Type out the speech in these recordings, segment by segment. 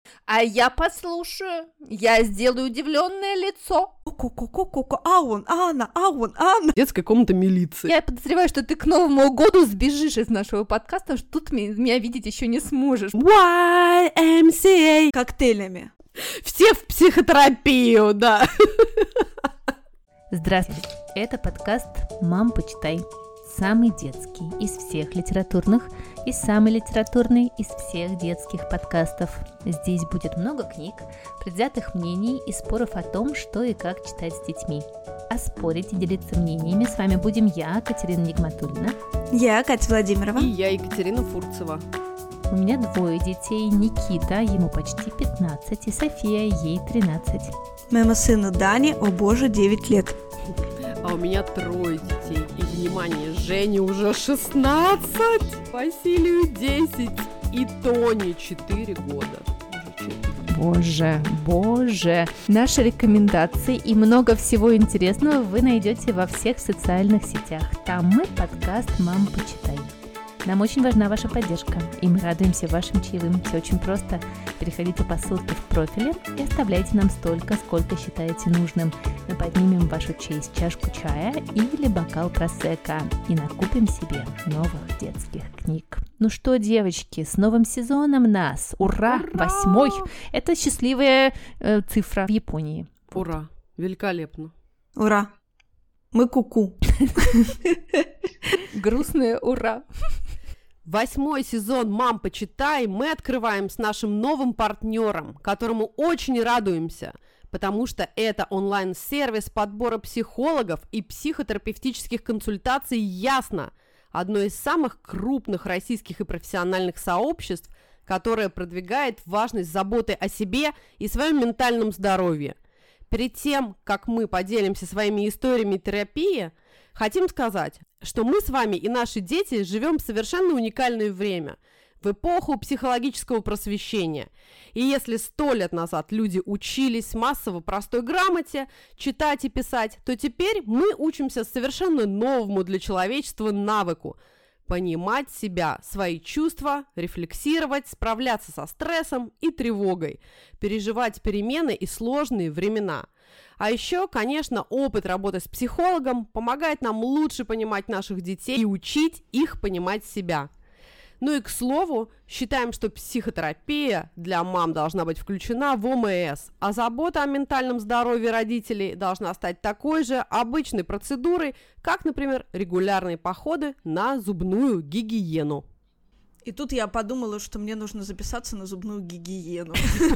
А я послушаю, я сделаю удивленное лицо. Ку-ку-ку-ку-ку, Анна. Детская комната милиции. Я подозреваю, что ты к Новому году сбежишь из нашего подкаста, что тут меня видеть еще не сможешь. YMCA. Коктейлями. Все в психотерапию, да. Здравствуйте, это подкаст «Мам, почитай». Самый детский из всех литературных и самый литературный из всех детских подкастов. Здесь будет много книг, предвзятых мнений и споров о том, что и как читать с детьми. А спорить и делиться мнениями с вами будем я, Катерина Нигматульна. Я, Катя Владимирова. И я, Екатерина Фурцева. У меня 2 детей, Никита, ему почти 15, и София, ей 13. Моему сыну Дане, о боже, 9 лет. А у меня 3 детей. И, внимание, Жене уже 16, Василию 10 и Тоне 4 года. Боже. Наши рекомендации и много всего интересного вы найдете во всех социальных сетях. Там мы подкаст «Мам, почитай». Нам очень важна ваша поддержка, и мы радуемся вашим чаевым. Все очень просто. Переходите по ссылке в профиле и оставляйте нам столько, сколько считаете нужным. Мы поднимем в вашу честь чашку чая или бокал просекко и накупим себе новых детских книг. Ну что, девочки, с новым сезоном нас! Ура! 8-й! Это счастливая цифра в Японии. Ура! Великолепно! Ура! Мы ку-ку. Грустное ура! 8-й сезон «Мам, почитай» мы открываем с нашим новым партнером, которому очень радуемся, потому что это онлайн-сервис подбора психологов и психотерапевтических консультаций «Ясно», одно из самых крупных российских и профессиональных сообществ, которое продвигает важность заботы о себе и своем ментальном здоровье. Перед тем, как мы поделимся своими историями терапии, хотим сказать, что мы с вами и наши дети живем в совершенно уникальное время, в эпоху психологического просвещения. И если 100 лет назад люди учились массово простой грамоте, читать и писать, то теперь мы учимся совершенно новому для человечества навыку – понимать себя, свои чувства, рефлексировать, справляться со стрессом и тревогой, переживать перемены и сложные времена. А еще, конечно, опыт работы с психологом помогает нам лучше понимать наших детей и учить их понимать себя. Ну и, к слову, считаем, что психотерапия для мам должна быть включена в ОМС, а забота о ментальном здоровье родителей должна стать такой же обычной процедурой, как, например, регулярные походы на зубную гигиену. И тут я подумала, что мне нужно записаться на зубную гигиену.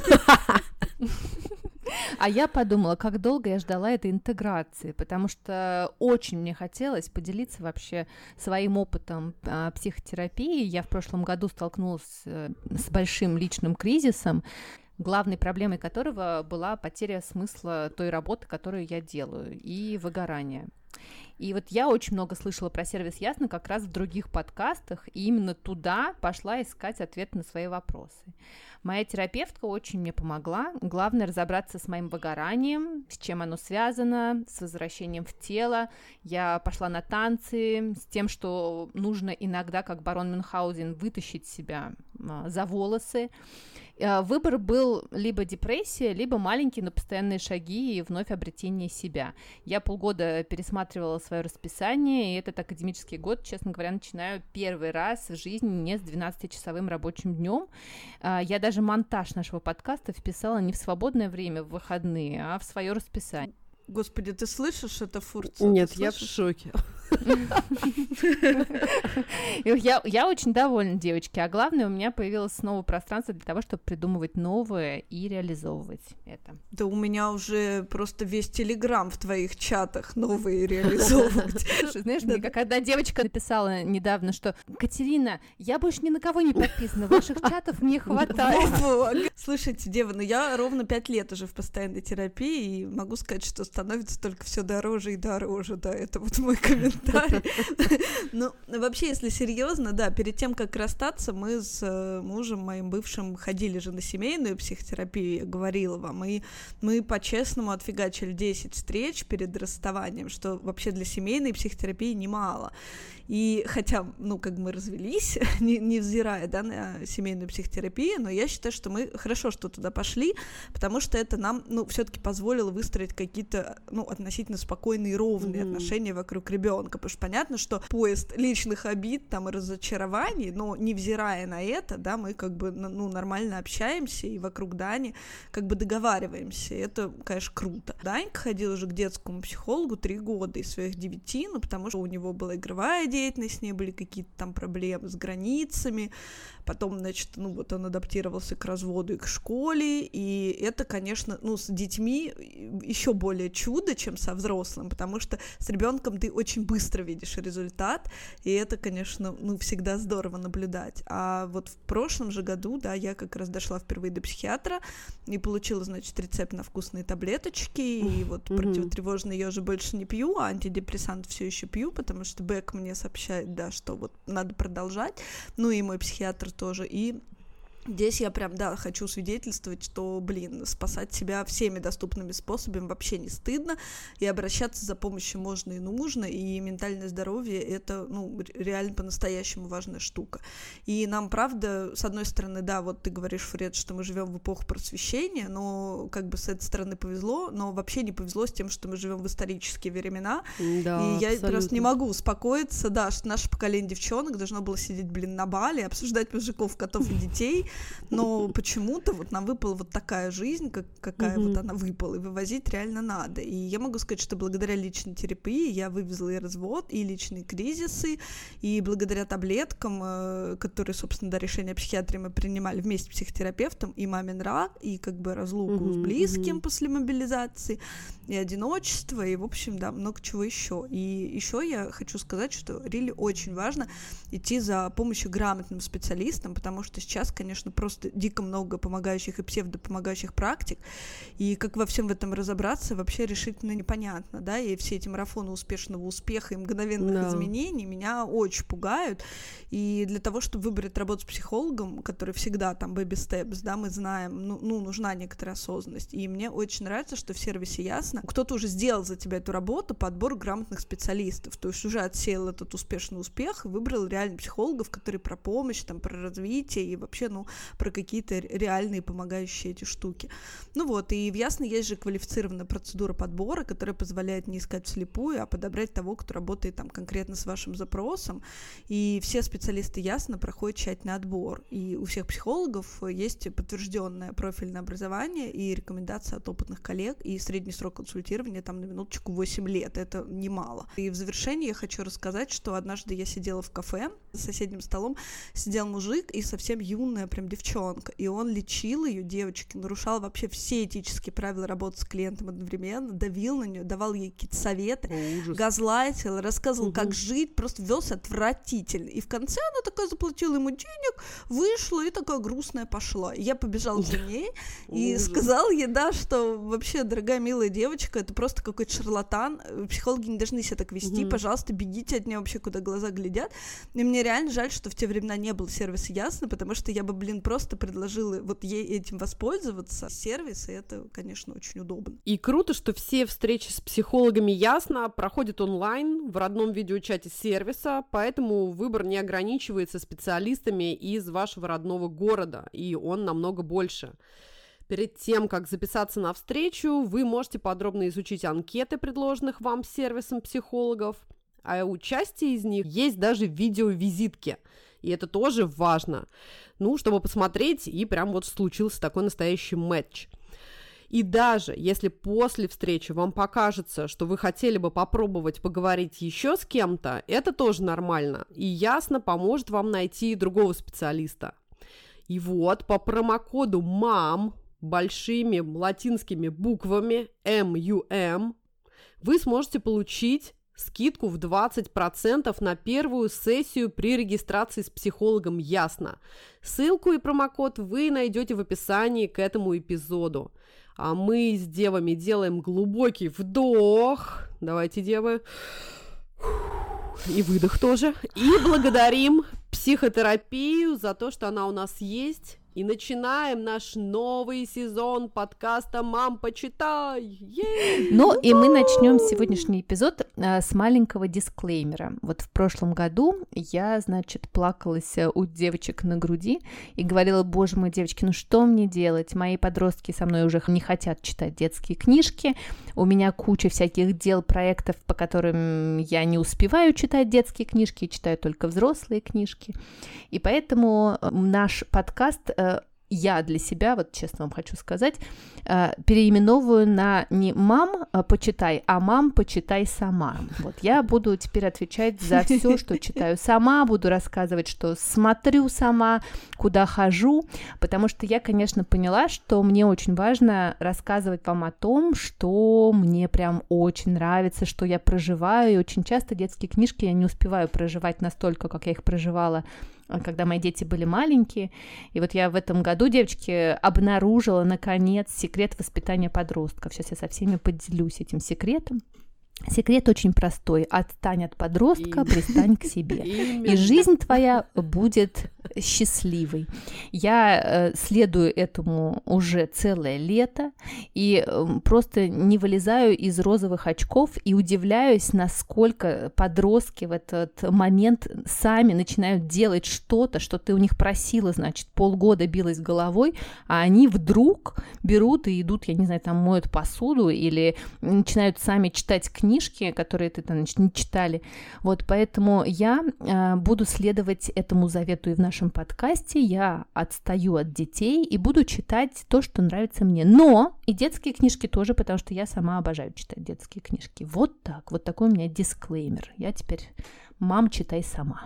А я подумала, как долго я ждала этой интеграции, потому что очень мне хотелось поделиться вообще своим опытом психотерапии. Я в прошлом году столкнулась с большим личным кризисом, главной проблемой которого была потеря смысла той работы, которую я делаю, и выгорание. И вот я очень много слышала про сервис «Ясно» как раз в других подкастах, и именно туда пошла искать ответы на свои вопросы. Моя терапевтка очень мне помогла. Главное разобраться с моим выгоранием, с чем оно связано, с возвращением в тело. Я пошла на танцы, с тем, что нужно иногда, как барон Мюнхгаузен, вытащить себя за волосы. Выбор был либо депрессия, либо маленькие, но постоянные шаги и вновь обретение себя. Я полгода пересматривала свое расписание, и этот академический год, честно говоря, начинаю первый раз в жизни не с 12-часовым рабочим днем. Я даже монтаж нашего подкаста вписала не в свободное время, в выходные, а в свое расписание. Господи, ты слышишь это, Фурца? Нет, я в шоке. Я очень довольна, девочки, а главное, у меня появилось снова пространство для того, чтобы придумывать новое и реализовывать это. Да у меня уже просто весь Телеграм в твоих чатах новые реализовывать. Слушай, знаешь, мне как одна девочка написала недавно, что «Катерина, я больше ни на кого не подписана, ваших чатов мне хватает». Слушайте, дева, ну я ровно 5 лет уже в постоянной терапии, и могу сказать, что становится только все дороже и дороже, да, это вот мой комментарий. комментарий. Ну, вообще, если серьезно, да, перед тем, как расстаться, мы с мужем моим бывшим ходили же на семейную психотерапию, я говорила вам, и мы по-честному отфигачили 10 встреч перед расставанием, что вообще для семейной психотерапии немало. И хотя, ну, как мы развелись, невзирая, да, на семейную психотерапию, но я считаю, что мы хорошо, что туда пошли, потому что это нам, ну, все-таки позволило выстроить какие-то, ну, относительно спокойные и ровные отношения вокруг ребенка, потому что понятно, что поезд личных обид, там, и разочарований, но невзирая на это, да, мы как бы, ну, нормально общаемся, и вокруг Дани как бы договариваемся, и это, конечно, круто. Данька ходил уже к детскому психологу 3 года из своих 9, ну, потому что у него была игровая деятельность, с ней были какие-то там проблемы с границами, потом, значит, ну, вот он адаптировался к разводу и к школе, и это, конечно, ну, с детьми еще более чудо, чем со взрослым, потому что с ребенком ты очень быстро видишь результат, и это, конечно, ну, всегда здорово наблюдать. А вот в прошлом же году, да, я как раз дошла впервые до психиатра и получила, значит, рецепт на вкусные таблеточки, и вот противотревожные я уже больше не пью, а антидепрессант все еще пью, потому что Бэк мне сообщает, да, что вот надо продолжать, ну и мой психиатр тоже, и здесь я прям, да, хочу свидетельствовать, что, блин, спасать себя всеми доступными способами вообще не стыдно, и обращаться за помощью можно и нужно, и ментальное здоровье — это, ну, реально по-настоящему важная штука. И нам, правда, с одной стороны, да, вот ты говоришь, Фред, что мы живем в эпоху просвещения, но как бы с этой стороны повезло, но вообще не повезло с тем, что мы живем в исторические времена, да, и я абсолютно. просто не могу успокоиться, да, что наше поколение девчонок должно было сидеть, блин, на Бали, обсуждать мужиков, котов и детей, но почему-то вот нам выпала вот такая жизнь, какая вот она выпала, и вывозить реально надо. И я могу сказать, что благодаря личной терапии я вывезла и развод, и личные кризисы, и благодаря таблеткам, которые, собственно, до решения психиатрии мы принимали вместе с психотерапевтом, и мамин рак, и как бы разлуку с близким после мобилизации, и одиночество, и, в общем, да, много чего еще. И еще я хочу сказать, что Риле очень важно идти за помощью грамотным специалистам, потому что сейчас, конечно, просто дико много помогающих и псевдопомогающих практик, и как во всем в этом разобраться, вообще решительно непонятно, да, и все эти марафоны успешного успеха и мгновенных изменений меня очень пугают, и для того, чтобы выбрать работу с психологом, который всегда там baby steps, да, мы знаем, ну, нужна некоторая осознанность, и мне очень нравится, что в сервисе Ясно кто-то уже сделал за тебя эту работу, подбор грамотных специалистов, то есть уже отсеял этот успешный успех и выбрал реально психологов, которые про помощь, там, про развитие и вообще, ну, про какие-то реальные помогающие эти штуки. Ну вот, и в Ясно есть же квалифицированная процедура подбора, которая позволяет не искать вслепую, а подобрать того, кто работает там конкретно с вашим запросом, и все специалисты Ясно проходят тщательный отбор, и у всех психологов есть подтвержденное профильное образование и рекомендации от опытных коллег, и средний срок консультирования там на минуточку 8 лет, это немало. И в завершении я хочу рассказать, что однажды я сидела в кафе, за соседним столом сидел мужик и совсем юная прям девчонка, и он лечил ее, девочки, нарушал вообще все этические правила работы с клиентом одновременно, давил на нее, давал ей какие-то советы, газлайтил, рассказывал, как жить, просто велся отвратительно. И в конце она такая заплатила ему денег, вышла и такая грустная пошла. И я побежала за ней и сказала ей, да, что вообще, дорогая милая девочка, это просто какой-то шарлатан, психологи не должны себя так вести, пожалуйста, бегите от нее вообще, куда глаза глядят. И мне реально жаль, что в те времена не было сервиса Ясно, потому что я бы, блин, просто предложила вот ей этим воспользоваться. Сервис, и это, конечно, очень удобно. И круто, что все встречи с психологами Ясно проходят онлайн в родном видеочате сервиса, поэтому выбор не ограничивается специалистами из вашего родного города, и он намного больше. Перед тем, как записаться на встречу, вы можете подробно изучить анкеты, предложенных вам сервисом психологов, а у части из них есть даже видеовизитки, и это тоже важно, ну, чтобы посмотреть, и прям вот случился такой настоящий матч. И даже если после встречи вам покажется, что вы хотели бы попробовать поговорить еще с кем-то, это тоже нормально, и Ясно поможет вам найти другого специалиста. И вот по промокоду MAM большими латинскими буквами MUM вы сможете получить скидку в 20% на первую сессию при регистрации с психологом Ясно. Ссылку и промокод вы найдете в описании к этому эпизоду. А мы с девами делаем глубокий вдох. Давайте, девы. и выдох тоже. И благодарим психотерапию за то, что она у нас есть. И начинаем наш новый сезон подкаста «Мам, почитай!» Ну и мы начнем сегодняшний эпизод с маленького дисклеймера. Вот в прошлом году я, значит, плакалась у девочек на груди и говорила: боже мой, девочки, ну что мне делать? Мои подростки со мной уже не хотят читать детские книжки, у меня куча всяких дел, проектов, по которым я не успеваю читать детские книжки, читаю только взрослые книжки. И поэтому наш подкаст я для себя, вот честно вам хочу сказать, переименовываю на не «Мам, почитай», а «Мам, почитай сама». Вот я буду теперь отвечать за все, что читаю сама, буду рассказывать, что смотрю сама, куда хожу, потому что я, конечно, поняла, что мне очень важно рассказывать вам о том, что мне прям очень нравится, что я проживаю, и очень часто детские книжки я не успеваю проживать настолько, как я их проживала, когда мои дети были маленькие. И вот я в этом году, девочки, обнаружила, наконец, секрет воспитания подростков. Сейчас я со всеми поделюсь этим секретом. Секрет очень простой. Отстань от подростка, пристань к себе. И жизнь твоя будет счастливой. Я следую этому уже целое лето и просто не вылезаю из розовых очков и удивляюсь, насколько подростки в этот момент сами начинают делать что-то, что ты у них просила, значит, полгода билась головой, а они вдруг берут и идут, я не знаю, там моют посуду или начинают сами читать книжки, которые ты там, значит, не читали. Вот поэтому я буду следовать этому завету и в нашем подкасте. Я отстаю от детей и буду читать то, что нравится мне. Но и детские книжки тоже, потому что я сама обожаю читать детские книжки. Вот так. Вот такой у меня дисклеймер. Я теперь «Мам, читай сама».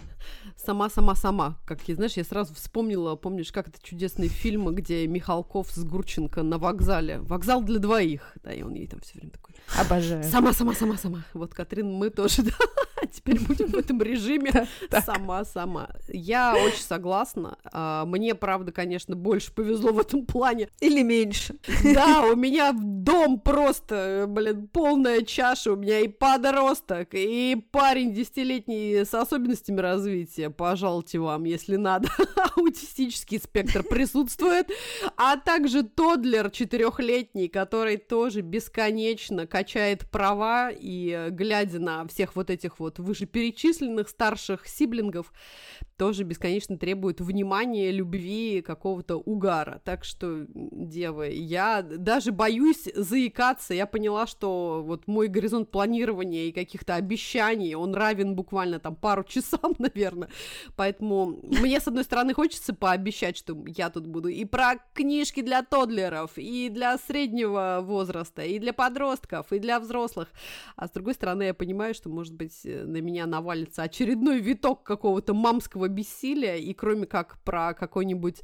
Сама. Как я, знаешь, я сразу вспомнила, помнишь, как это чудесные фильмы, где Михалков с Гурченко на вокзале. Вокзал для двоих. Да, и он ей там все время такой: обожаю. Сама. Вот, Катрин, мы тоже, да. Теперь будем в этом режиме сама. Я очень согласна. Мне, правда, конечно, больше повезло в этом плане. Или меньше. Да, у меня дом просто, полная чаша. У меня и подросток, и парень 10-летний с особенностями развития. Пожалуйте вам, если надо. Аутистический спектр присутствует. А также тоддлер 4-летний, который тоже бесконечно качает права. И глядя на всех вот этих вот вышеперечисленных старших сиблингов, тоже бесконечно требует внимания, любви, какого-то угара. Так что, девы, я даже боюсь заикаться. Я поняла, что вот мой горизонт планирования и каких-то обещаний, он равен буквально там пару часам, наверное. Поэтому мне, с одной стороны, хочется пообещать, что я тут буду и про книжки для тоддлеров, и для среднего возраста, и для подростков, и для взрослых. А с другой стороны, я понимаю, что, может быть, на меня навалится очередной виток какого-то мамского бессилия, и кроме как про какой-нибудь,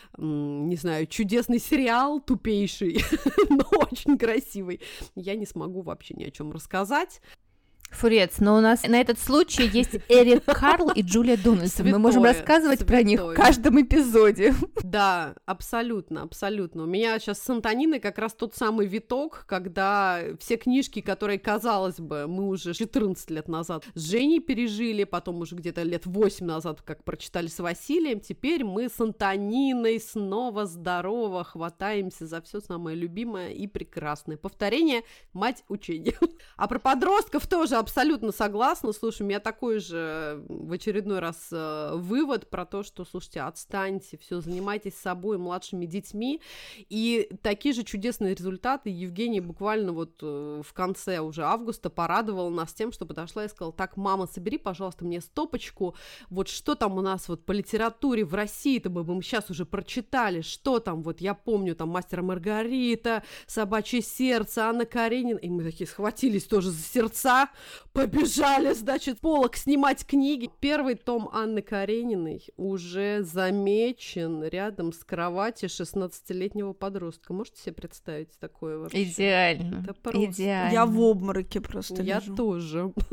не знаю, чудесный сериал, тупейший, но очень красивый, я не смогу вообще ни о чем рассказать. Фурец, но у нас на этот случай есть Эрик Карл и Джулия Дональдсон. Мы можем рассказывать про них в каждом эпизоде. Да, абсолютно. У меня сейчас с Антониной как раз тот самый виток, когда все книжки, которые, казалось бы, мы уже 14 лет назад с Женей пережили, потом уже где-то лет 8 назад, как прочитали с Василием, теперь мы с Антониной снова здорово хватаемся за все самое любимое и прекрасное. Повторение — мать учения. А про подростков тоже абсолютно согласна. Слушай, у меня такой же в очередной раз вывод про то, что, слушайте, отстаньте, все, занимайтесь собой, младшими детьми. И такие же чудесные результаты. Евгения буквально вот в конце уже августа порадовала нас тем, что подошла и сказала: так, мама, собери, пожалуйста, мне стопочку, вот что там у нас вот по литературе в России-то мы сейчас уже прочитали, что там, вот я помню, там «Мастер и Маргарита», «Собачье сердце», Анна Каренина, и мы такие схватились тоже за сердца, побежали, значит, полок снимать книги. Первый том Анны Карениной уже замечен рядом с кроватью 16-летнего подростка. Можете себе представить такое вообще? Идеально. Это просто... Идеально. Я в обмороке просто Я лежу. тоже.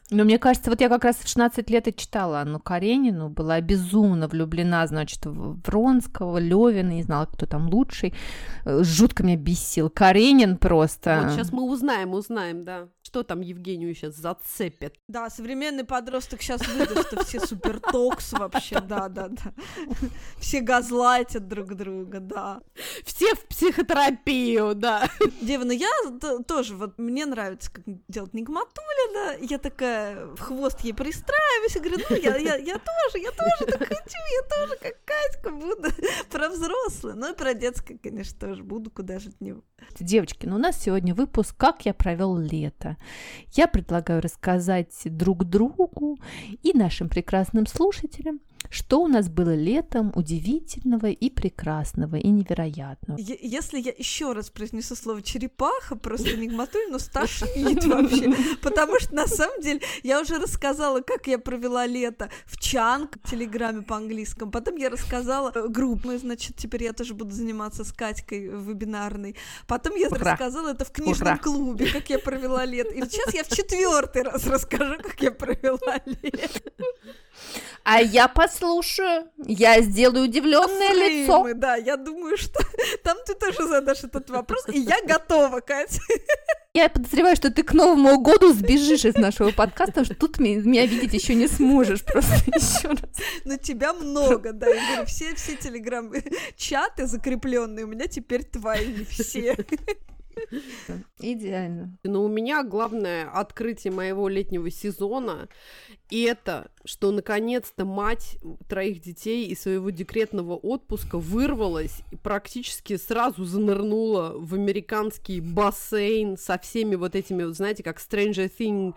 Но мне кажется, вот я как раз в 16 лет и читала Анну Каренину, была безумно влюблена, значит, в Вронского, Лёвина, не знала, кто там лучший. Жутко меня бесил. Каренин просто. Вот сейчас мы узнаем, да. Что там Евгению сейчас зацепит? Да, современный подросток сейчас выдаст, что все супертокс вообще, да. Все газлайтят друг друга, да. Все в психотерапию, да. Дева, ну я тоже, вот мне нравится, как делать Нигматуллина, я такая в хвост ей пристраиваюсь и говорю, ну я тоже так хочу, я тоже как Катька буду про взрослое, ну и про детское, конечно, тоже буду, куда же от него. Девочки, ну у нас сегодня выпуск «Как я провел лето». Я предлагаю рассказать друг другу и нашим прекрасным слушателям, что у нас было летом удивительного и прекрасного и невероятного. Если я еще раз произнесу слово черепаха, просто Нигматуллину стошнит вообще, потому что на самом деле я уже рассказала, как я провела лето в Чанг, в Телеграме по-английскому, потом я рассказала группы, значит, теперь я тоже буду заниматься с Катькой вебинарной, потом я рассказала это в книжном клубе, как я провела лето, и сейчас я в 4-й раз расскажу, как я провела лето. А я послушаю, я сделаю удивленное лицо. Да, я думаю, что там ты тоже задашь этот вопрос, и я готова, Катя. Я подозреваю, что ты к Новому году сбежишь из нашего подкаста, потому что тут меня видеть еще не сможешь, просто еще раз. Но тебя много, да, я говорю, все телеграм-чаты закрепленные у меня теперь твои все. Идеально. Но у меня главное открытие моего летнего сезона — это, что наконец-то мать 3 детей из своего декретного отпуска вырвалась и практически сразу занырнула в американский бассейн со всеми вот этими, вот знаете, как Stranger Things,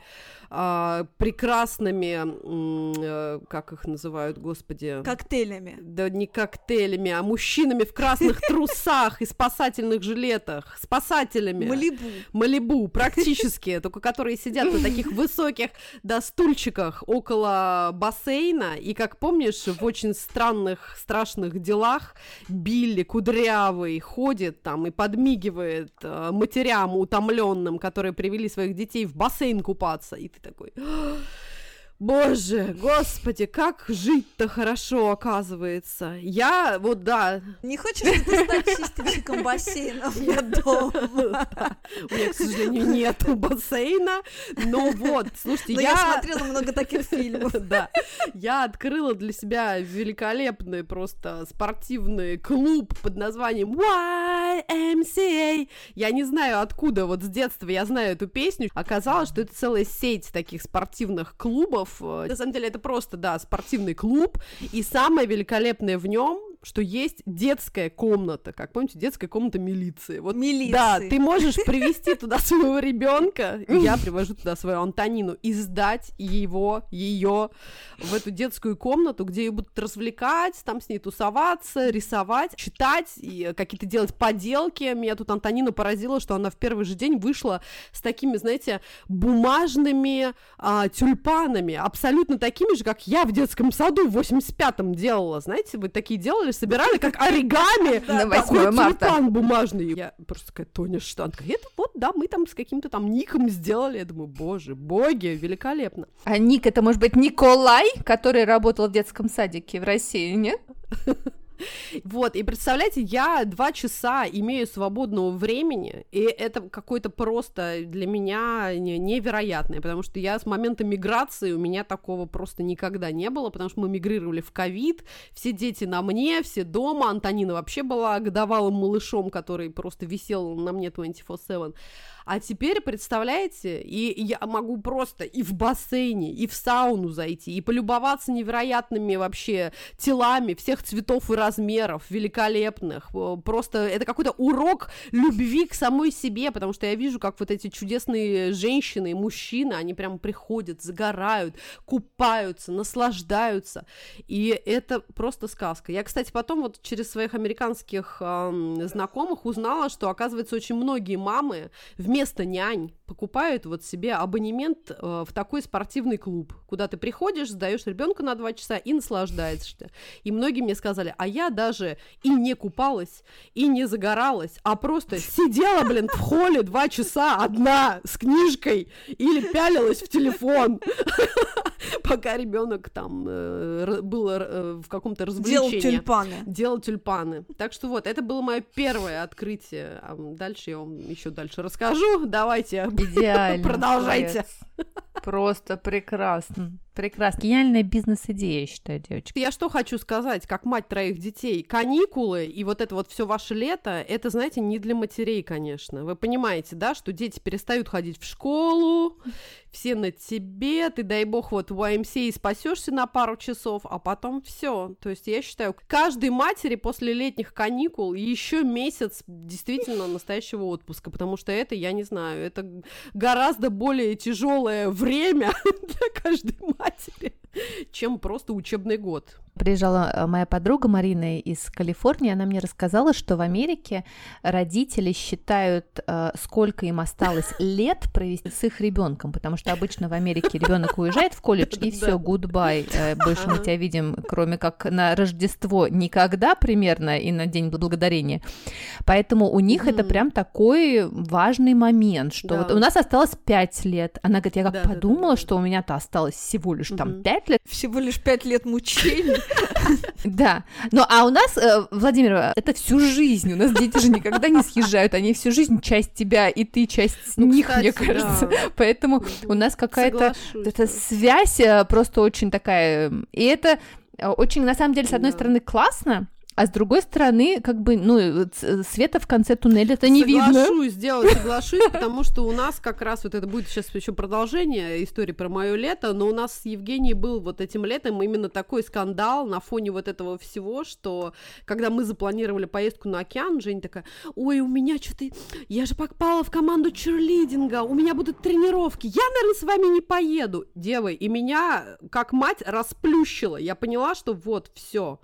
прекрасными, как их называют, господи? Коктейлями. Да не коктейлями, а мужчинами в красных трусах и спасательных жилетах. Спасателями. Малибу, практически, только которые сидят на таких высоких, да, стульчиках около бассейна. И, как помнишь, в очень странных, страшных делах Билли кудрявый ходит там и подмигивает матерям утомленным, которые привели своих детей в бассейн купаться. И ты такой: боже, господи, как жить-то хорошо, оказывается. Я, вот да. Не хочешь ли ты стать чистильщиком бассейна у меня дома? У меня, к сожалению, нету бассейна, но вот, слушайте, я смотрела много таких фильмов. Да, я открыла для себя великолепный просто спортивный клуб под названием YMCA. Я не знаю, откуда, вот с детства я знаю эту песню. Оказалось, что это целая сеть таких спортивных клубов. На самом деле это просто, да, спортивный клуб, и самое великолепное в нем, что есть детская комната, как помните, детская комната милиции. Вот, милиции. Да, ты можешь привести туда своего ребенка, я привожу туда свою Антонину, и сдать ее в эту детскую комнату, где ее будут развлекать, там с ней тусоваться, рисовать, читать и какие-то делать поделки. Меня тут Антонина поразила, что она в первый же день вышла с такими, знаете, бумажными тюльпанами, абсолютно такими же, как я в детском саду в 85-м делала. Знаете, вы такие делали, собирали как оригами. На 8 марта. Тюльпан бумажный. Я просто такая: Тоня, что? Она такая: это вот, да, мы там с каким-то там ником сделали. Я думаю, боже, боги, великолепно. А ник — это, может быть, Николай, который работал в детском садике в России, нет? Вот, и представляете, я 2 часа имею свободного времени, и это какое-то просто для меня невероятное, потому что я с момента миграции, у меня такого просто никогда не было, потому что мы мигрировали в ковид, все дети на мне, все дома, Антонина вообще была годовалым малышом, который просто висел на мне 24/7. А теперь, представляете, и я могу просто и в бассейне, и в сауну зайти, и полюбоваться невероятными вообще телами всех цветов и размеров, великолепных. Просто это какой-то урок любви к самой себе, потому что я вижу, как вот эти чудесные женщины и мужчины, они прям приходят, загорают, купаются, наслаждаются. И это просто сказка. Я, кстати, потом вот через своих американских знакомых узнала, что, оказывается, очень многие мамы вместо нянь покупают вот себе абонемент в такой спортивный клуб, куда ты приходишь, сдаешь ребенка на 2 часа и наслаждаешься. И многие мне сказали: а я даже и не купалась, и не загоралась, а просто сидела, блин, в холле 2 часа одна с книжкой или пялилась в телефон, пока ребенок там был в каком-то развлечении. Делал тюльпаны. Так что вот, это было мое первое открытие. А дальше я вам еще дальше расскажу. Давайте, идеально, продолжайте. Просто прекрасно. Прекрасно. Гениальная бизнес-идея, я считаю, девочки. Я что хочу сказать, как мать 3 детей, каникулы и вот это вот все ваше лето, это, знаете, не для матерей, конечно. Вы понимаете, да, что дети перестают ходить в школу, все на тебе, ты, дай бог, вот в YMCA спасешься на пару часов, а потом все. То есть я считаю, каждой матери после летних каникул еще месяц действительно настоящего отпуска, потому что это, я не знаю, это гораздо более тяжелое время для каждой матери, чем просто учебный год. Приезжала моя подруга Марина из Калифорнии, она мне рассказала, что в Америке родители считают, сколько им осталось лет провести с их ребенком, потому что обычно в Америке ребенок уезжает в колледж, и все, goodbye, больше мы тебя видим, кроме как на Рождество, никогда примерно, и на День Благодарения. Поэтому у них это прям такой важный момент, что вот у нас осталось 5 лет. Она говорит, я как подумала, что у меня-то осталось всего лишь там 5 лет. Всего лишь 5 лет мучений. Да, ну а у нас, Владимир, это всю жизнь, у нас дети же никогда не съезжают, они всю жизнь часть тебя, и ты часть них, кстати, мне кажется, поэтому у нас какая-то эта связь просто очень такая, и это очень, на самом деле, с одной стороны, классно, а с другой стороны, как бы, ну, света в конце туннеля это не видно. Соглашусь, потому что у нас как раз вот это будет сейчас еще продолжение истории про моё лето, но у нас с Евгенией был вот этим летом именно такой скандал на фоне вот этого всего, что когда мы запланировали поездку на океан, Женя такая, ой, у меня что-то, я же попала в команду черлидинга, у меня будут тренировки, я, наверное, с вами не поеду. Девы, и меня, как мать, расплющила. Я поняла, что вот, все.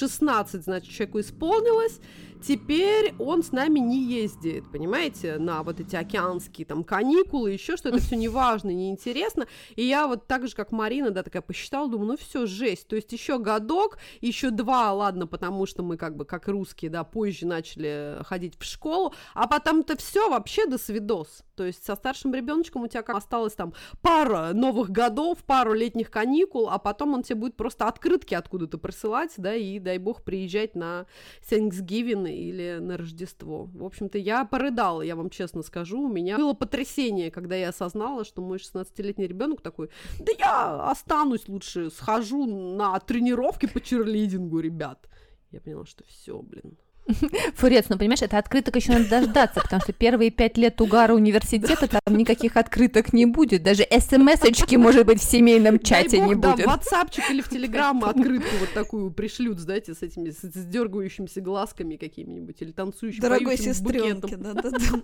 16, значит, человеку исполнилось, теперь он с нами не ездит, понимаете, на вот эти океанские там каникулы, еще что-то, все неважно, неинтересно, и я вот так же, как Марина, да, такая посчитала, думаю, ну все, жесть, то есть еще годок, еще 2, ладно, потому что мы как бы, как русские, да, позже начали ходить в школу, а потом-то все, вообще до свидос. То есть со старшим ребеночком у тебя как осталось там пара новых годов, пару летних каникул, а потом он тебе будет просто открытки откуда-то присылать, да, и дай бог приезжать на Thanksgiving или на Рождество. В общем-то, я порыдала, я вам честно скажу. У меня было потрясение, когда я осознала, что мой 16-летний ребенок такой, да я останусь лучше, схожу на тренировки по черлидингу, ребят. Я поняла, что все, блин. Фурец, ну понимаешь, это открыток еще надо дождаться, потому что первые 5 лет угара университета там никаких открыток не будет, даже смс-очки, может быть, в семейном чате не будет. Да, в WhatsAppчик или в Telegram открытку вот такую пришлют, знаете, с этими, с дергающимися глазками какими-нибудь, или танцующим, дорогой сестренке, да-да-да.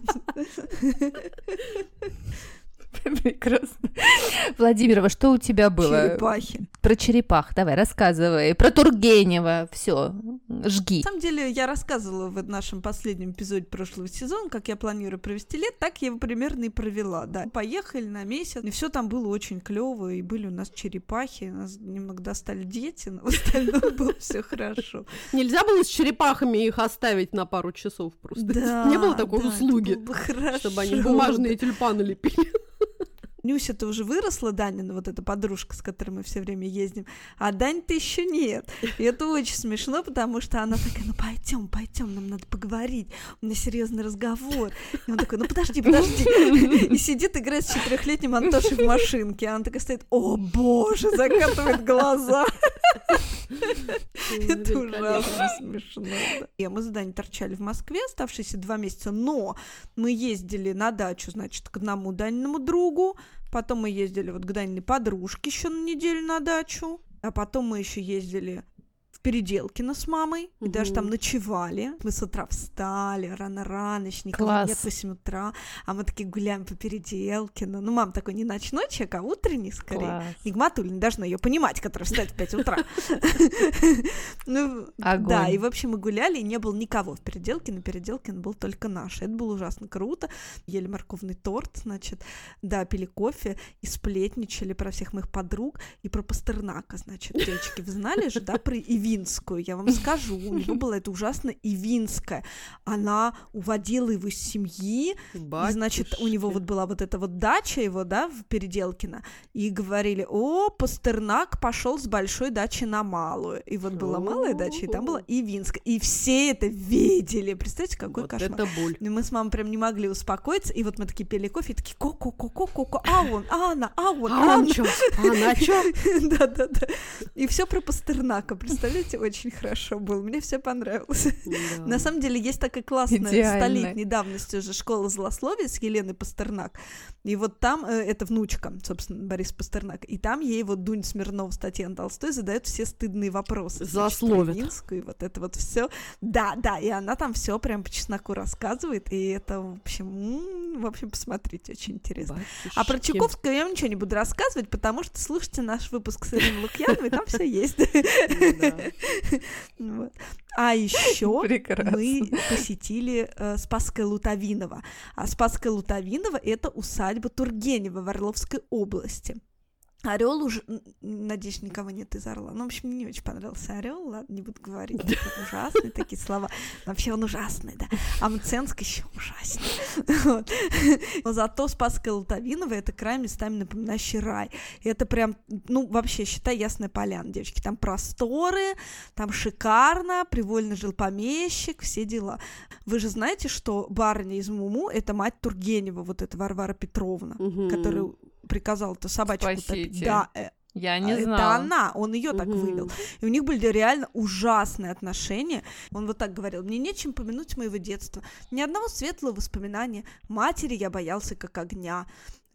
Прекрасно. Владимирова, что у тебя было? Черепахи. Про черепах, давай, рассказывай. Про Тургенева, все, жги. На самом деле, я рассказывала в нашем последнем эпизоде прошлого сезона, как я планирую провести лет, так я его примерно и провела, да. Поехали на месяц, и все там было очень клево, и были у нас черепахи, нас немного достали дети, но в остальном было все хорошо. Нельзя было с черепахами их оставить на пару часов просто? Да, не было такой услуги, чтобы они бумажные тюльпаны лепили? Нюся-то уже выросла, Данина, вот эта подружка, с которой мы все время ездим, а Дань-то еще нет. И это очень смешно, потому что она такая, ну пойдем, нам надо поговорить, у меня серьезный разговор. И он такой, ну подожди. И сидит, играет с 4-летним Антошей в машинке, а она такая стоит, о боже, закатывает глаза. Это ужасно смешно. И мы с Даней торчали в Москве оставшиеся 2 месяца, но мы ездили на дачу, значит, к одному Даниному другу, потом мы ездили вот к Даниной подружке еще на неделю на дачу, а потом мы еще ездили в Переделкино с мамой, и даже там ночевали. Мы с утра встали, рано-рано, еще никого нет, 8 утра, а мы такие гуляем по Переделкино. Ну, мама такой не ночной человек, а утренний скорее. Нигматуллина должна ее понимать, которая встает в 5 утра. Да, и в общем мы гуляли, и не было никого в Переделкино, Переделкино был только наш. Это было ужасно круто. Ели морковный торт, значит, да, пили кофе и сплетничали про всех моих подруг и про Пастернака, значит. Девочки, вы знали же, да, про Ивину Ивинскую, я вам скажу, у него была эта ужасная Ивинская, она уводила его из семьи, и, значит, у него вот была вот эта вот дача его, да, в Переделкино, и говорили: о, Пастернак пошел с большой дачи на малую, и вот была малая дача, и там была Ивинская, и все это видели, представляете, какой вот кошмар. Это боль. И мы с мамой прям не могли успокоиться, и вот мы такие пили кофе, и такие: ко-ко-ко-ко-ко, а он, а она, а он, а она. Она чё? Да-да-да. И все про Пастернака, представляете, очень хорошо было, мне все понравилось. Да. На самом деле есть такая классная столетней давности уже школа злословия с Еленой Пастернак, и вот там, это внучка, собственно, Бориса Пастернака, и там ей вот Дуня Смирнова с Татьяной Толстой задают все стыдные вопросы. Злословят. И вот это вот все. Да, и она там все прям по чесноку рассказывает, и это, в общем, посмотрите, очень интересно. Батюшки. А про Чайковского я вам ничего не буду рассказывать, потому что слушайте наш выпуск с Ириной Лукьяновой, там все есть. А еще мы посетили Спасское Лутовиново. А Спасское Лутовиново — это усадьба Тургенева в Орловской области. Орел уже, надеюсь, никого нет из Орла. Ну, в общем, мне не очень понравился Орел, ладно, не буду говорить. Ужасные такие слова. Вообще он ужасный, да. А Мценск еще ужаснее. Но зато Спасское Лутовиново — это край, местами напоминающий рай. И это прям, вообще, считай, Ясная Поляна, девочки. Там просторы, там шикарно, привольно жил помещик, все дела. Вы же знаете, что барыня из Муму — это мать Тургенева, вот эта Варвара Петровна, которая приказал-то собачку утопить. Да, я не знала. Это она, он ее так вывел. И у них были реально ужасные отношения. Он вот так говорил: мне нечем помянуть моего детства, ни одного светлого воспоминания. Матери я боялся как огня.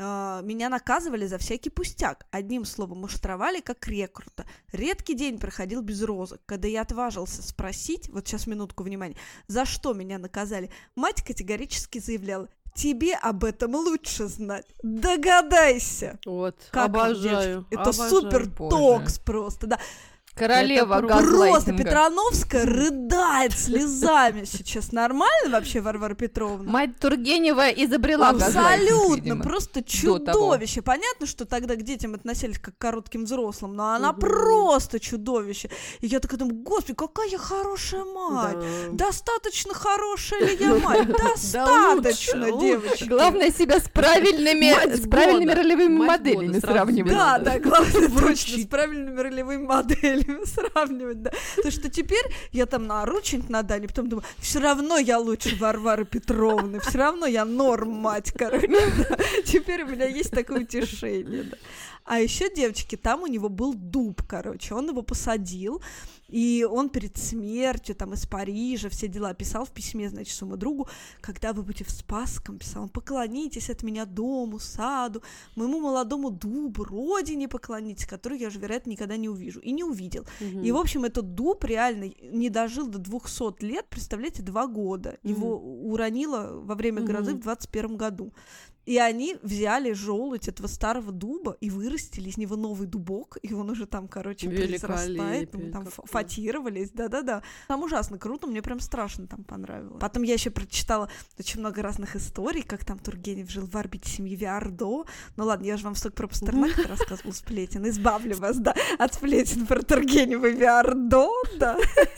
Меня наказывали за всякий пустяк. Одним словом, муштровали как рекрута. Редкий день проходил без розок. Когда я отважился спросить, вот сейчас минутку внимания, за что меня наказали, мать категорически заявляла: тебе об этом лучше знать. Догадайся. Вот, как обожаю. Это супер токс просто, да. Королева газлайтинга. Просто Петрановская рыдает слезами сейчас. Нормально вообще, Варвара Петровна? Мать Тургенева изобрела газлайтинг, абсолютно, просто чудовище. Понятно, что тогда к детям относились как к коротким взрослым, но она просто чудовище. И я такая думаю: господи, какая я хорошая мать. Достаточно хорошая ли я мать? Достаточно, девочки. Главное себя с правильными ролевыми моделями сравнивать. Да, главное точно, с правильными ролевыми моделями сравнивать, да. То, что теперь я там наору что-нибудь на Дане, потом думаю: все равно я лучше Варвары Петровны, все равно я норм мать, короче. Да. Теперь у меня есть такое утешение, да. А еще, девочки, там у него был дуб, короче, он его посадил, и он перед смертью, там, из Парижа, все дела писал в письме, значит, своему другу: когда вы будете в Спасском, писал он, поклонитесь от меня дому, саду, моему молодому дубу, родине поклонитесь, которую я уже, вероятно, никогда не увижу. И не увидел. И, в общем, этот дуб реально не дожил до 200 лет, представляете, 2 года. Его уронило во время грозы в 21 году. И они взяли желудь этого старого дуба и вырастили из него новый дубок, и он уже там, короче, произрастает, там фатировались, да-да-да. Там ужасно круто, мне прям страшно там понравилось. Потом я еще прочитала очень много разных историй, как там Тургенев жил в орбите семьи Виардо. Ну ладно, я же вам столько про Пастернака рассказывала, сплетен. Избавлю вас, да, от сплетен про Тургенева и Виардо, да.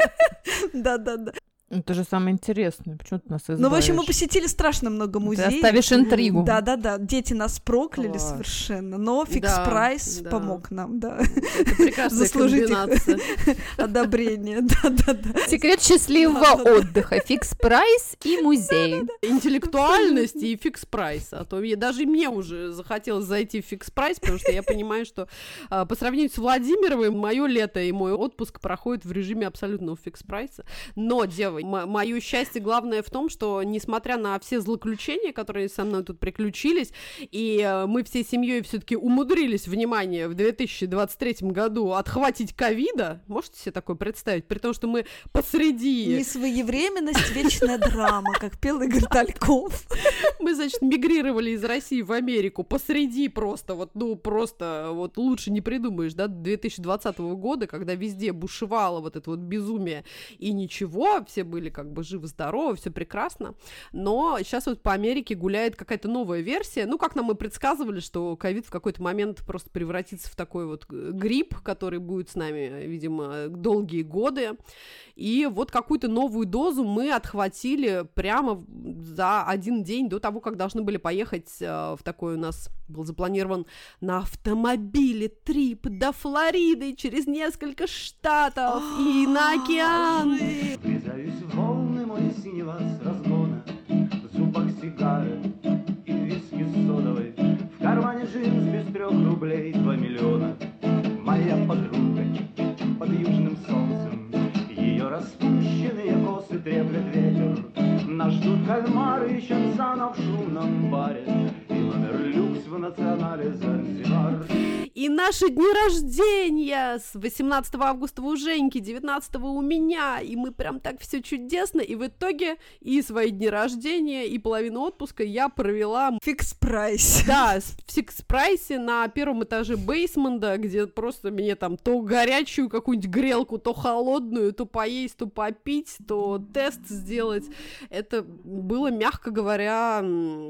Да-да-да. Это же самое интересное. Почему ты нас избавишь? Ну, в общем, мы посетили страшно много музеев. Ты оставишь интригу. Да-да-да. Дети нас прокляли совершенно. Но фикс-прайс помог нам, да. Это прекрасная комбинация. Одобрение. Да-да-да. Секрет счастливого отдыха. Фикс-прайс и музей. Интеллектуальность и фикс-прайс. А то даже мне уже захотелось зайти в фикс-прайс, потому что я понимаю, что по сравнению с Владимировой, мое лето и мой отпуск проходит в режиме абсолютного фикс-прайса. Но, девы, мое счастье главное в том, что, несмотря на все злоключения, которые со мной тут приключились, и мы всей семьей все-таки умудрились, внимание, в 2023 году отхватить ковида, можете себе такое представить, при том, что мы посреди... Несвоевременность, вечная драма, как пел Игорь Тальков. Мы, значит, мигрировали из России в Америку посреди просто лучше не придумаешь, да, 2020 года, когда везде бушевало вот это вот безумие, и ничего, все были как бы живы-здоровы, все прекрасно, но сейчас вот по Америке гуляет какая-то новая версия, ну, как нам и предсказывали, что ковид в какой-то момент просто превратится в такой вот грипп, который будет с нами, видимо, долгие годы, и вот какую-то новую дозу мы отхватили прямо за один день до того, как должны были поехать в такой, у нас был запланирован на автомобиле трип до Флориды через несколько штатов и на океан. Врезаюсь в волны мой синего с разгона, в зубах сигары и виски содовой, в кармане джинс без 3 рублей 2 миллиона. Моя подруга под южным солнцем, ее распущенные косы треплет ветер. Нас ждут кальмары и чанцана в шумном баре, и номер люкс в национале Занзибар. И наши дни рождения с 18 августа у Женьки, 19 у меня, и мы прям так все чудесно, и в итоге и свои дни рождения, и половину отпуска я провела... Фикс-прайс. Да, в фикс-прайсе на первом этаже бейсмента, где просто мне там то горячую какую-нибудь грелку, то холодную, то поесть, то попить, то тест сделать. Это было, мягко говоря,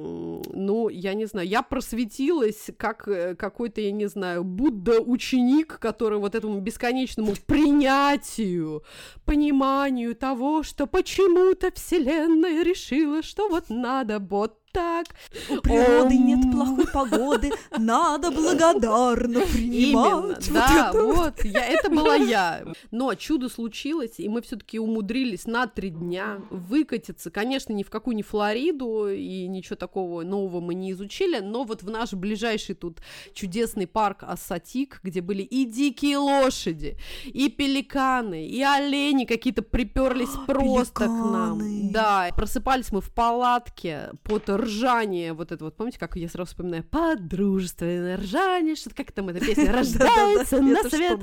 ну, я не знаю, я просветилась, как какой-то, я не знаю, Будда-ученик, который вот этому бесконечному принятию, пониманию того, что почему-то Вселенная решила, что вот надо вот так. У природы нет плохой погоды, надо благодарно принимать. Именно, да, вот, это была я. Но чудо случилось, и мы все-таки умудрились на 3 дня выкатиться, конечно, ни в какую не Флориду, и ничего такого нового мы не изучили, но вот в наш ближайший тут чудесный парк Ассатик, где были и дикие лошади, и пеликаны, и олени какие-то приперлись просто к нам. Да, просыпались мы в палатке под ржание, вот это вот, помните, как я сразу вспоминаю, подружественное ржание, что-то, как там эта песня, рождается на свет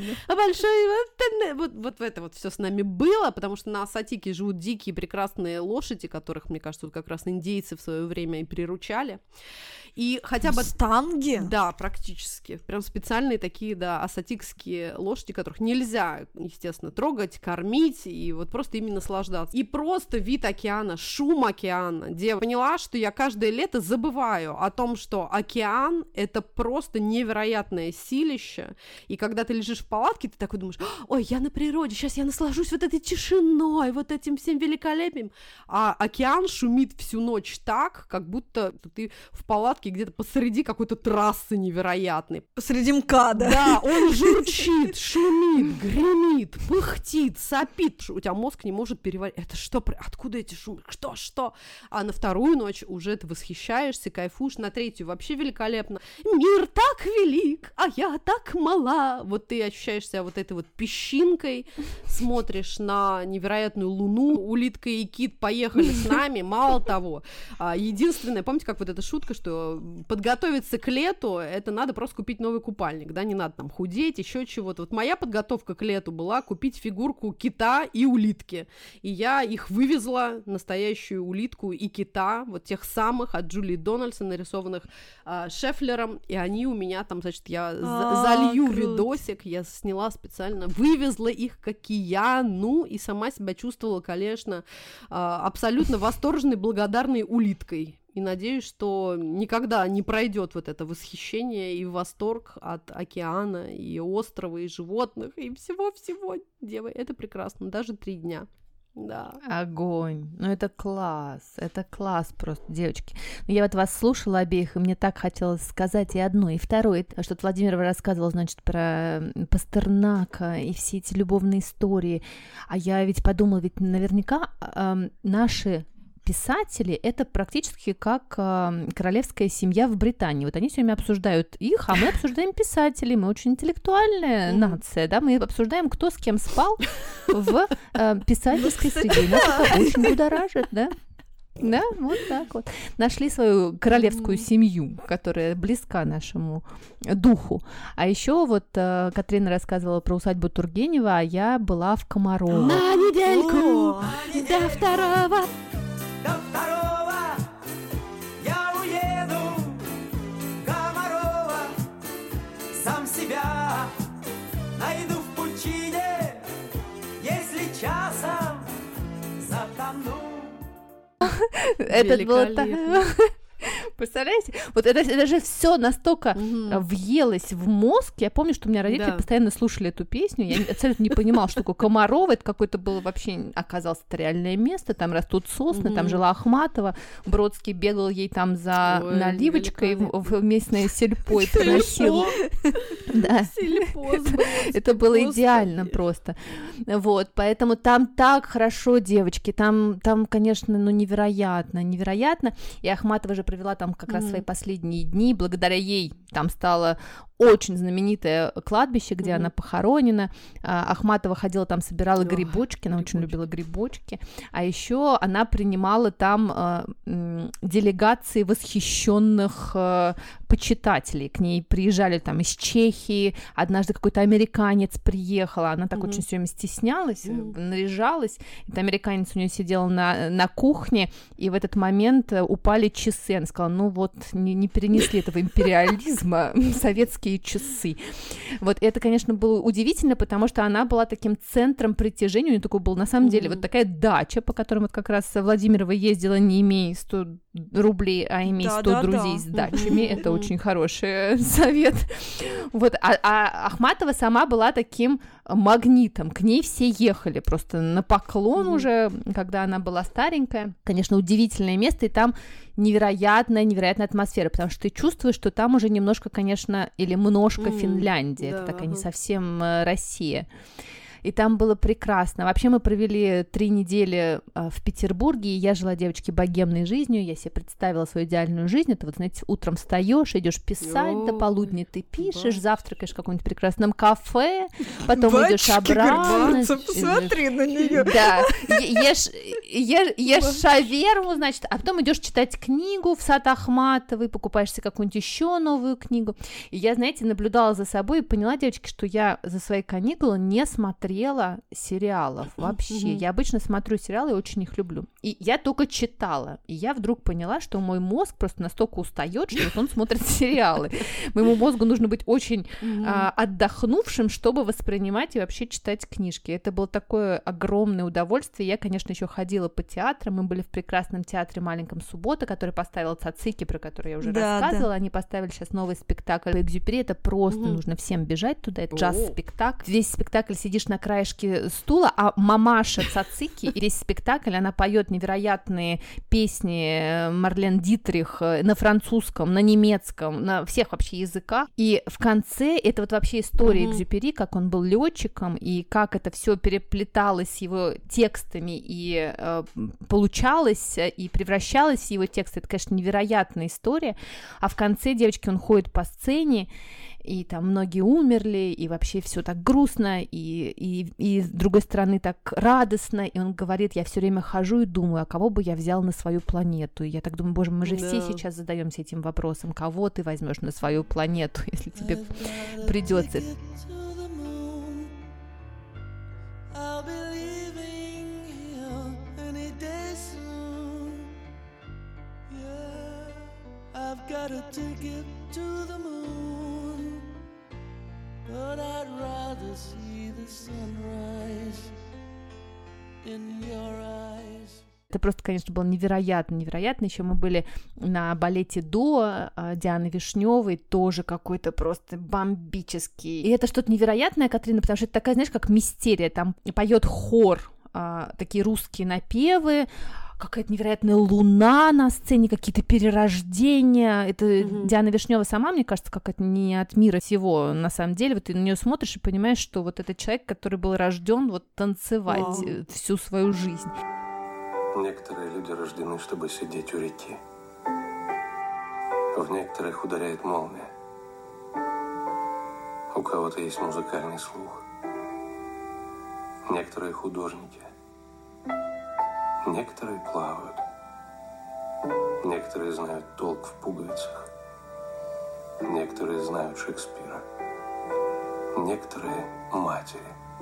большой, вот это вот все с нами было, потому что на Ассатике живут дикие прекрасные лошади, которых, мне кажется, вот как раз индейцы в свое время и приручали. И хотя бы... Станги? Да, практически. Прям специальные такие, да, ассатикские лошади, которых нельзя, естественно, трогать, кормить и вот просто ими наслаждаться. И просто вид океана, шум океана. Где я поняла, что я каждое лето забываю о том, что океан — это просто невероятное силище. И когда ты лежишь в палатке, ты такой думаешь, ой, я на природе, сейчас я наслажусь вот этой тишиной, вот этим всем великолепием. А океан шумит всю ночь так, как будто ты в палатке где-то посреди какой-то трассы невероятной. Посреди МКАДа. Да, он журчит, шумит, гремит, пыхтит, сопит. У тебя мозг не может переварить. Это что? Откуда эти шумы? Что? А на вторую ночь уже ты восхищаешься, кайфуешь. На третью вообще великолепно. Мир так велик, а я так мала. Вот ты ощущаешь себя вот этой вот песчинкой, смотришь на невероятную луну. Улитка и кит поехали с нами. Мало того, единственное, помните, как вот эта шутка, что подготовиться к лету, это надо просто купить новый купальник, да, не надо там худеть, еще чего-то. Вот моя подготовка к лету была купить фигурку кита и улитки, и я их вывезла, настоящую улитку и кита, вот тех самых от Джулии Дональдсон, нарисованных Шефлером, и они у меня там, значит, я залью круто. Видосик, я сняла специально, вывезла их к океану, и сама себя чувствовала, конечно, абсолютно восторженной, благодарной улиткой. И надеюсь, что никогда не пройдет вот это восхищение и восторг от океана, и острова, и животных, и всего-всего. Девы, это прекрасно, даже 3 дня. Да. Огонь. Ну, это класс просто, девочки. Я вот вас слушала обеих, и мне так хотелось сказать и одно, и второе. Что-то Владимир рассказывал, значит, про Пастернака и все эти любовные истории. А я ведь подумала, ведь наверняка наши писатели — это практически как королевская семья в Британии. Вот они все время обсуждают их, а мы обсуждаем писателей. Мы очень интеллектуальная нация, да, мы обсуждаем, кто с кем спал в писательской среде. Нас это очень будоражит, да? Да, вот так вот. Нашли свою королевскую семью, которая близка нашему духу. А еще вот Катрина рассказывала про усадьбу Тургенева, а я была в Комарово. На недельку до второго. До второго я уеду в Комарово, сам себя найду в пучине, если часом за Это было так... Представляете? Вот это же все настолько въелось в мозг. Я помню, что у меня родители постоянно слушали эту песню. Я абсолютно не понимала, что такое Комарова. Это какое-то было вообще... Оказалось, это реальное место. Там растут сосны, там жила Ахматова. Бродский бегал ей там за наливочкой в местное сельпо и приносил. Это было идеально просто. Вот, поэтому там так хорошо, девочки. Там, конечно, ну невероятно. И Ахматова же провела там как раз свои последние дни. Благодаря ей там стало очень знаменитое кладбище, где она похоронена. Ахматова ходила там, собирала грибочки, она очень любила грибочки. А еще она принимала там делегации восхищенных почитателей. К ней приезжали там из Чехии, однажды какой-то американец приехал, она так очень все время стеснялась, наряжалась. Этот американец у нее сидел на кухне, и в этот момент упали часы. Она сказала, ну вот, не перенесли этого империализма советские часы. Вот это, конечно, было удивительно, потому что она была таким центром притяжения, у нее такой был, на самом деле, вот такая дача, по которой вот как раз Владимирова ездила, не имея 100 рублей, а имея 100 друзей с дачами. Это очень хороший совет. Вот. А Ахматова сама была таким магнитом. К ней все ехали просто на поклон уже, когда она была старенькая. Конечно, удивительное место, и там невероятная атмосфера, потому что ты чувствуешь, что там уже немножко, конечно, или множко Финляндия, это такая не совсем Россия. И там было прекрасно. Вообще мы провели 3 недели в Петербурге, и я жила, девочки, богемной жизнью. Я себе представила свою идеальную жизнь. Это вот, знаете, утром встаешь, идешь писать, до полудня ты пишешь, завтракаешь в каком-нибудь прекрасном кафе, потом идешь обратно. Посмотри на нее. Да, ешь шаверму, значит, а потом идешь читать книгу в сад Ахматовой, покупаешь себе какую-нибудь еще новую книгу. И я, знаете, наблюдала за собой и поняла, девочки, что я за свои каникулы не смотрела сериалов вообще. Я обычно смотрю сериалы и очень их люблю. И я только читала. И я вдруг поняла, что мой мозг просто настолько устает, что вот он смотрит сериалы. Моему мозгу нужно быть очень отдохнувшим, чтобы воспринимать и вообще читать книжки. Это было такое огромное удовольствие. Я, конечно, еще ходила по театрам. Мы были в прекрасном театре «Маленьком Суббота», который поставил Цацики, про который я уже рассказывала. Они поставили сейчас новый спектакль по Экзюпери. Это просто нужно всем бежать туда. Это джаз-спектакль. Весь спектакль сидишь на краешке стула, а мамаша Цацики, и весь спектакль, она поет невероятные песни Марлен Дитрих на французском, на немецком, на всех вообще языках. И в конце это вот вообще история Экзюпери, как он был летчиком, и как это все переплеталось с его текстами и получалось, и превращалось в его тексты. Это, конечно, невероятная история. А в конце, девочки, он ходит по сцене, и там многие умерли, и вообще все так грустно, и с другой стороны так радостно, и он говорит, я все время хожу и думаю, а кого бы я взял на свою планету, и я так думаю, боже, мы же все сейчас задаемся этим вопросом, кого ты возьмешь на свою планету, если тебе придется. But I'd rather see the sunrise in your eyes. Это просто, конечно, было невероятно. Еще мы были на балете «До» Дианы Вишневой, тоже какой-то просто бомбический. И это что-то невероятное, Катрина, потому что это такая, знаешь, как мистерия. Там поет хор, такие русские напевы, какая-то невероятная луна на сцене, какие-то перерождения. Это Диана Вишнева сама, мне кажется, какая-то не от мира всего, на самом деле. Вот ты на нее смотришь и понимаешь, что вот это человек, который был рожден вот танцевать всю свою жизнь. Некоторые люди рождены, чтобы сидеть у реки. В некоторых ударяет молния. У кого-то есть музыкальный слух. Некоторые художники. Некоторые плавают. Некоторые знают толк в пуговицах. Некоторые знают Шекспира. Некоторые матери.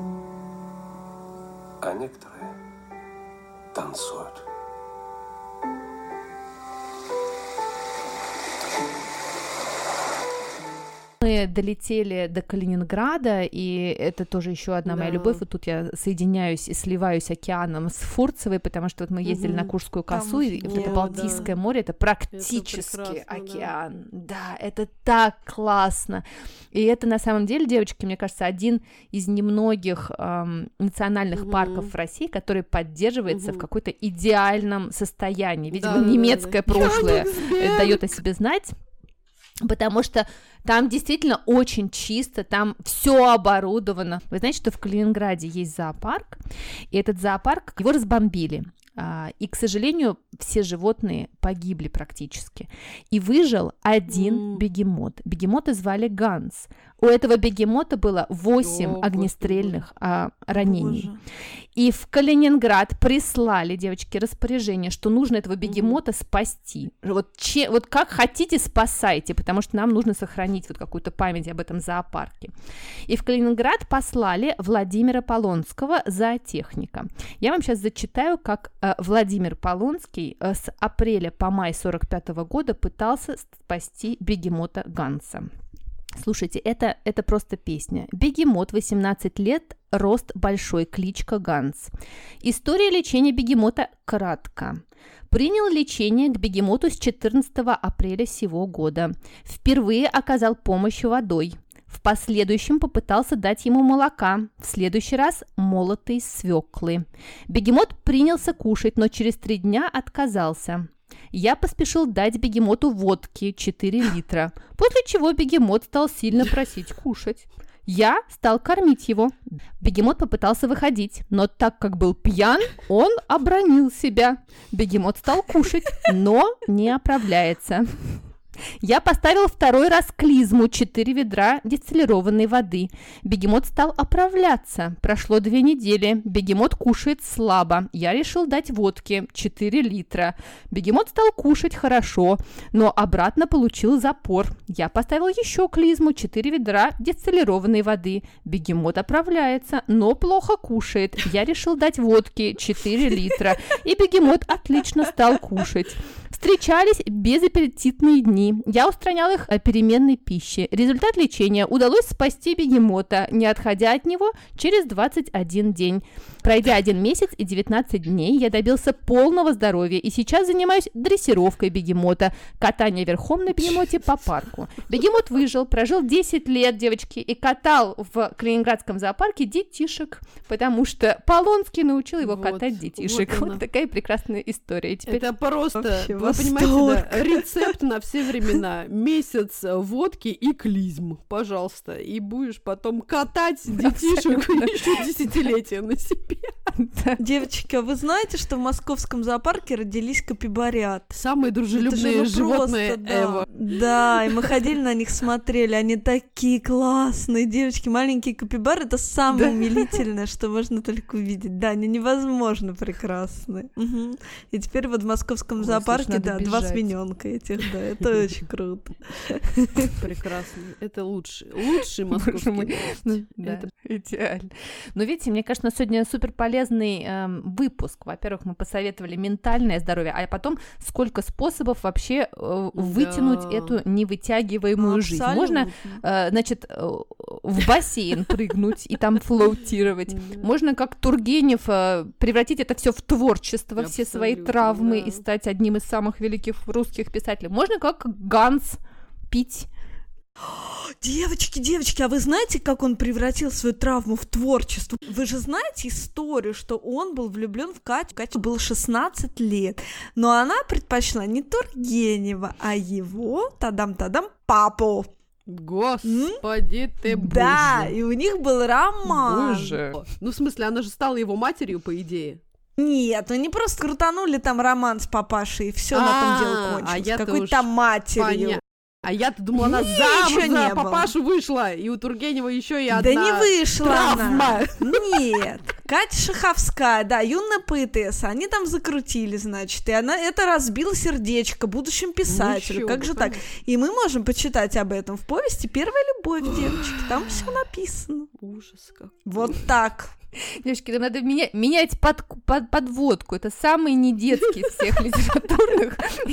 А некоторые танцуют. Мы мы долетели до Калининграда, и это тоже еще одна моя любовь. Вот тут я соединяюсь и сливаюсь океаном с Фурцевой, потому что вот мы ездили на Куршскую косу, и вот это Балтийское море, это практически океан. Да, это так классно. И это на самом деле, девочки, мне кажется, один из немногих национальных парков в России, который поддерживается в какой-то идеальном состоянии. Видимо, немецкое прошлое дает о себе знать. Потому что там действительно очень чисто, там все оборудовано. Вы знаете, что в Калининграде есть зоопарк, и этот зоопарк, его разбомбили. И, к сожалению, все животные погибли практически. И выжил один бегемот. Бегемота звали Ганс. У этого бегемота было 8 огнестрельных ранений. Боже. И в Калининград прислали, девочки, распоряжение, что нужно этого бегемота спасти. Вот как хотите, спасайте, потому что нам нужно сохранить вот какую-то память об этом зоопарке. И в Калининград послали Владимира Полонского, зоотехника. Я вам сейчас зачитаю, как Владимир Полонский с апреля по май 1945 года пытался спасти бегемота Ганса. Слушайте, это просто песня. Бегемот, 18 лет, рост большой, кличка Ганс. История лечения бегемота кратко. Принял лечение к бегемоту с 14 апреля сего года. Впервые оказал помощь водой. В последующем попытался дать ему молока, в следующий раз молотой свеклы. Бегемот принялся кушать, но через 3 дня отказался. Я поспешил дать бегемоту водки 4 литра, после чего бегемот стал сильно просить кушать. Я стал кормить его. Бегемот попытался выходить, но так как был пьян, он обронил себя. Бегемот стал кушать, но не оправляется. Я поставил 2 раз клизму, 4 ведра дистиллированной воды. Бегемот стал оправляться. Прошло 2 недели. Бегемот кушает слабо. Я решил дать водки, 4 литра. Бегемот стал кушать хорошо, но обратно получил запор. Я поставил еще клизму, 4 ведра дистиллированной воды. Бегемот оправляется, но плохо кушает. Я решил дать водки, 4 литра. И бегемот отлично стал кушать. Встречались безаппетитные дни. Я устранял их переменной пищи. Результат лечения: удалось спасти бегемота, не отходя от него через 21 день. Пройдя 1 месяц и 19 дней, я добился полного здоровья и сейчас занимаюсь дрессировкой бегемота, катание верхом на бегемоте по парку. Бегемот выжил, прожил 10 лет, девочки, и катал в Калининградском зоопарке детишек, потому что Полонский научил его катать детишек. Вот такая прекрасная история. И теперь... Это просто, вы понимаете, да, рецепт на все времена. Месяц водки и клизм, пожалуйста. И будешь потом катать детишек еще десятилетия на себе. Девочки, а вы знаете, что в московском зоопарке родились капибарят? Самые дружелюбные животные ever. Да, и мы ходили на них, смотрели. Они такие классные, девочки. Маленькие капибары — это самое умилительное, что можно только увидеть. Да, они невозможно прекрасны. И теперь вот в московском зоопарке, да, 2 свиненка этих, да, это очень круто. Прекрасно. Это лучший московский. Да, это идеально. Но видите, мне кажется, сегодня супер полезный выпуск. Во-первых, мы посоветовали ментальное здоровье, а потом сколько способов вообще вытянуть эту невытягиваемую жизнь. Можно, значит, в бассейн прыгнуть и там флоутировать. Можно, как Тургенев, превратить это все в творчество, все свои травмы и стать одним из самых великих русских писателей. Можно, как Ганс, пить. Девочки, а вы знаете, как он превратил свою травму в творчество? Вы же знаете историю, что он был влюблен в Катю. Кате было 16 лет, но она предпочла не Тургенева, а его, тадам-тадам, папу. Господи ты, боже. Да, и у них был роман. Боже. Ну, в смысле, она же стала его матерью, по идее. Нет, они просто крутанули там роман с папашей, и все на том дело кончилось. Какой там матерью. А я-то думала, она замуж за папашу вышла, и у Тургенева еще и одна да не вышла травма. Она. Нет, Катя Шаховская, да, юная поэтесса, они там закрутили, значит, и она это разбила сердечко будущим писателю, как же так? И мы можем почитать об этом в повести «Первая любовь», девочки, там все написано. Ужас как. Вот так. Девочки, нам надо менять подводку. Это самый недетский из всех литературных и самый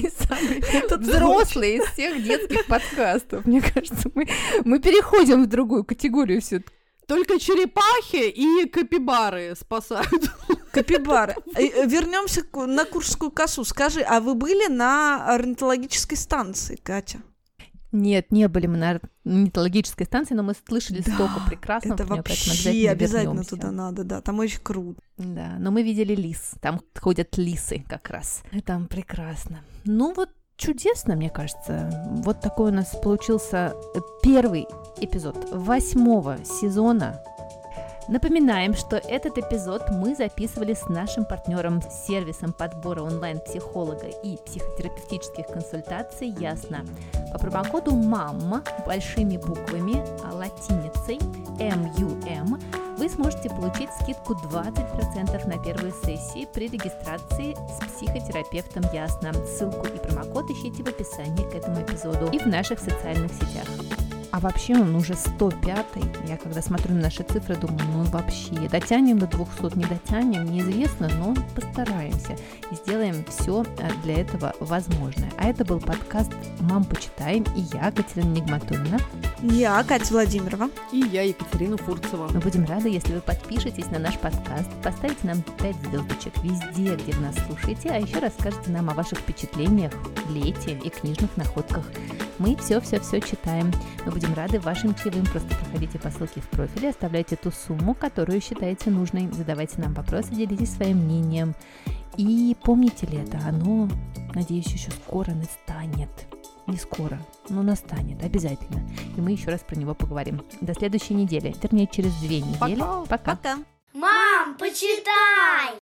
Взрослые из всех детских подкастов. Мне кажется, мы переходим в другую категорию все. Только черепахи и капибары спасают. Капибары. Вернемся на Куршскую косу. Скажи, а вы были на орнитологической станции, Катя? Нет, не были мы на орнитологической станции, но мы слышали столько прекрасного. Это вообще обязательно туда надо, да, там очень круто. Да, но мы видели лис, там ходят лисы как раз, и там прекрасно. Ну вот чудесно, мне кажется. Вот такой у нас получился первый эпизод 8-го сезона. Напоминаем, что этот эпизод мы записывали с нашим партнером, сервисом подбора онлайн-психолога и психотерапевтических консультаций «Ясно». По промокоду «МАММА» большими буквами, латиницей MUM вы сможете получить скидку 20% на первые сессии при регистрации с психотерапевтом «Ясно». Ссылку и промокод ищите в описании к этому эпизоду и в наших социальных сетях. А вообще он уже 105-й. Я когда смотрю на наши цифры, думаю, ну вообще, дотянем до 200, не дотянем, неизвестно, но постараемся. И сделаем все для этого возможное. А это был подкаст «Мам, почитаем». И я, Катерина Нигматульна. Я, Катя Владимирова. И я, Екатерина Фурцева. Мы будем рады, если вы подпишетесь на наш подкаст, поставите нам 5 звездочек везде, где вы нас слушаете, а еще расскажете нам о ваших впечатлениях в лете и книжных находках. Мы все-все-все читаем. Мы будем рады вашим чаевым. Просто проходите по ссылке в профиле, оставляйте ту сумму, которую считаете нужной, задавайте нам вопросы, делитесь своим мнением. И помните лето, оно, надеюсь, еще скоро настанет. Не скоро, но настанет, обязательно. И мы еще раз про него поговорим. До следующей недели, вернее, через 2 недели. Пока. Пока. Мам, почитай!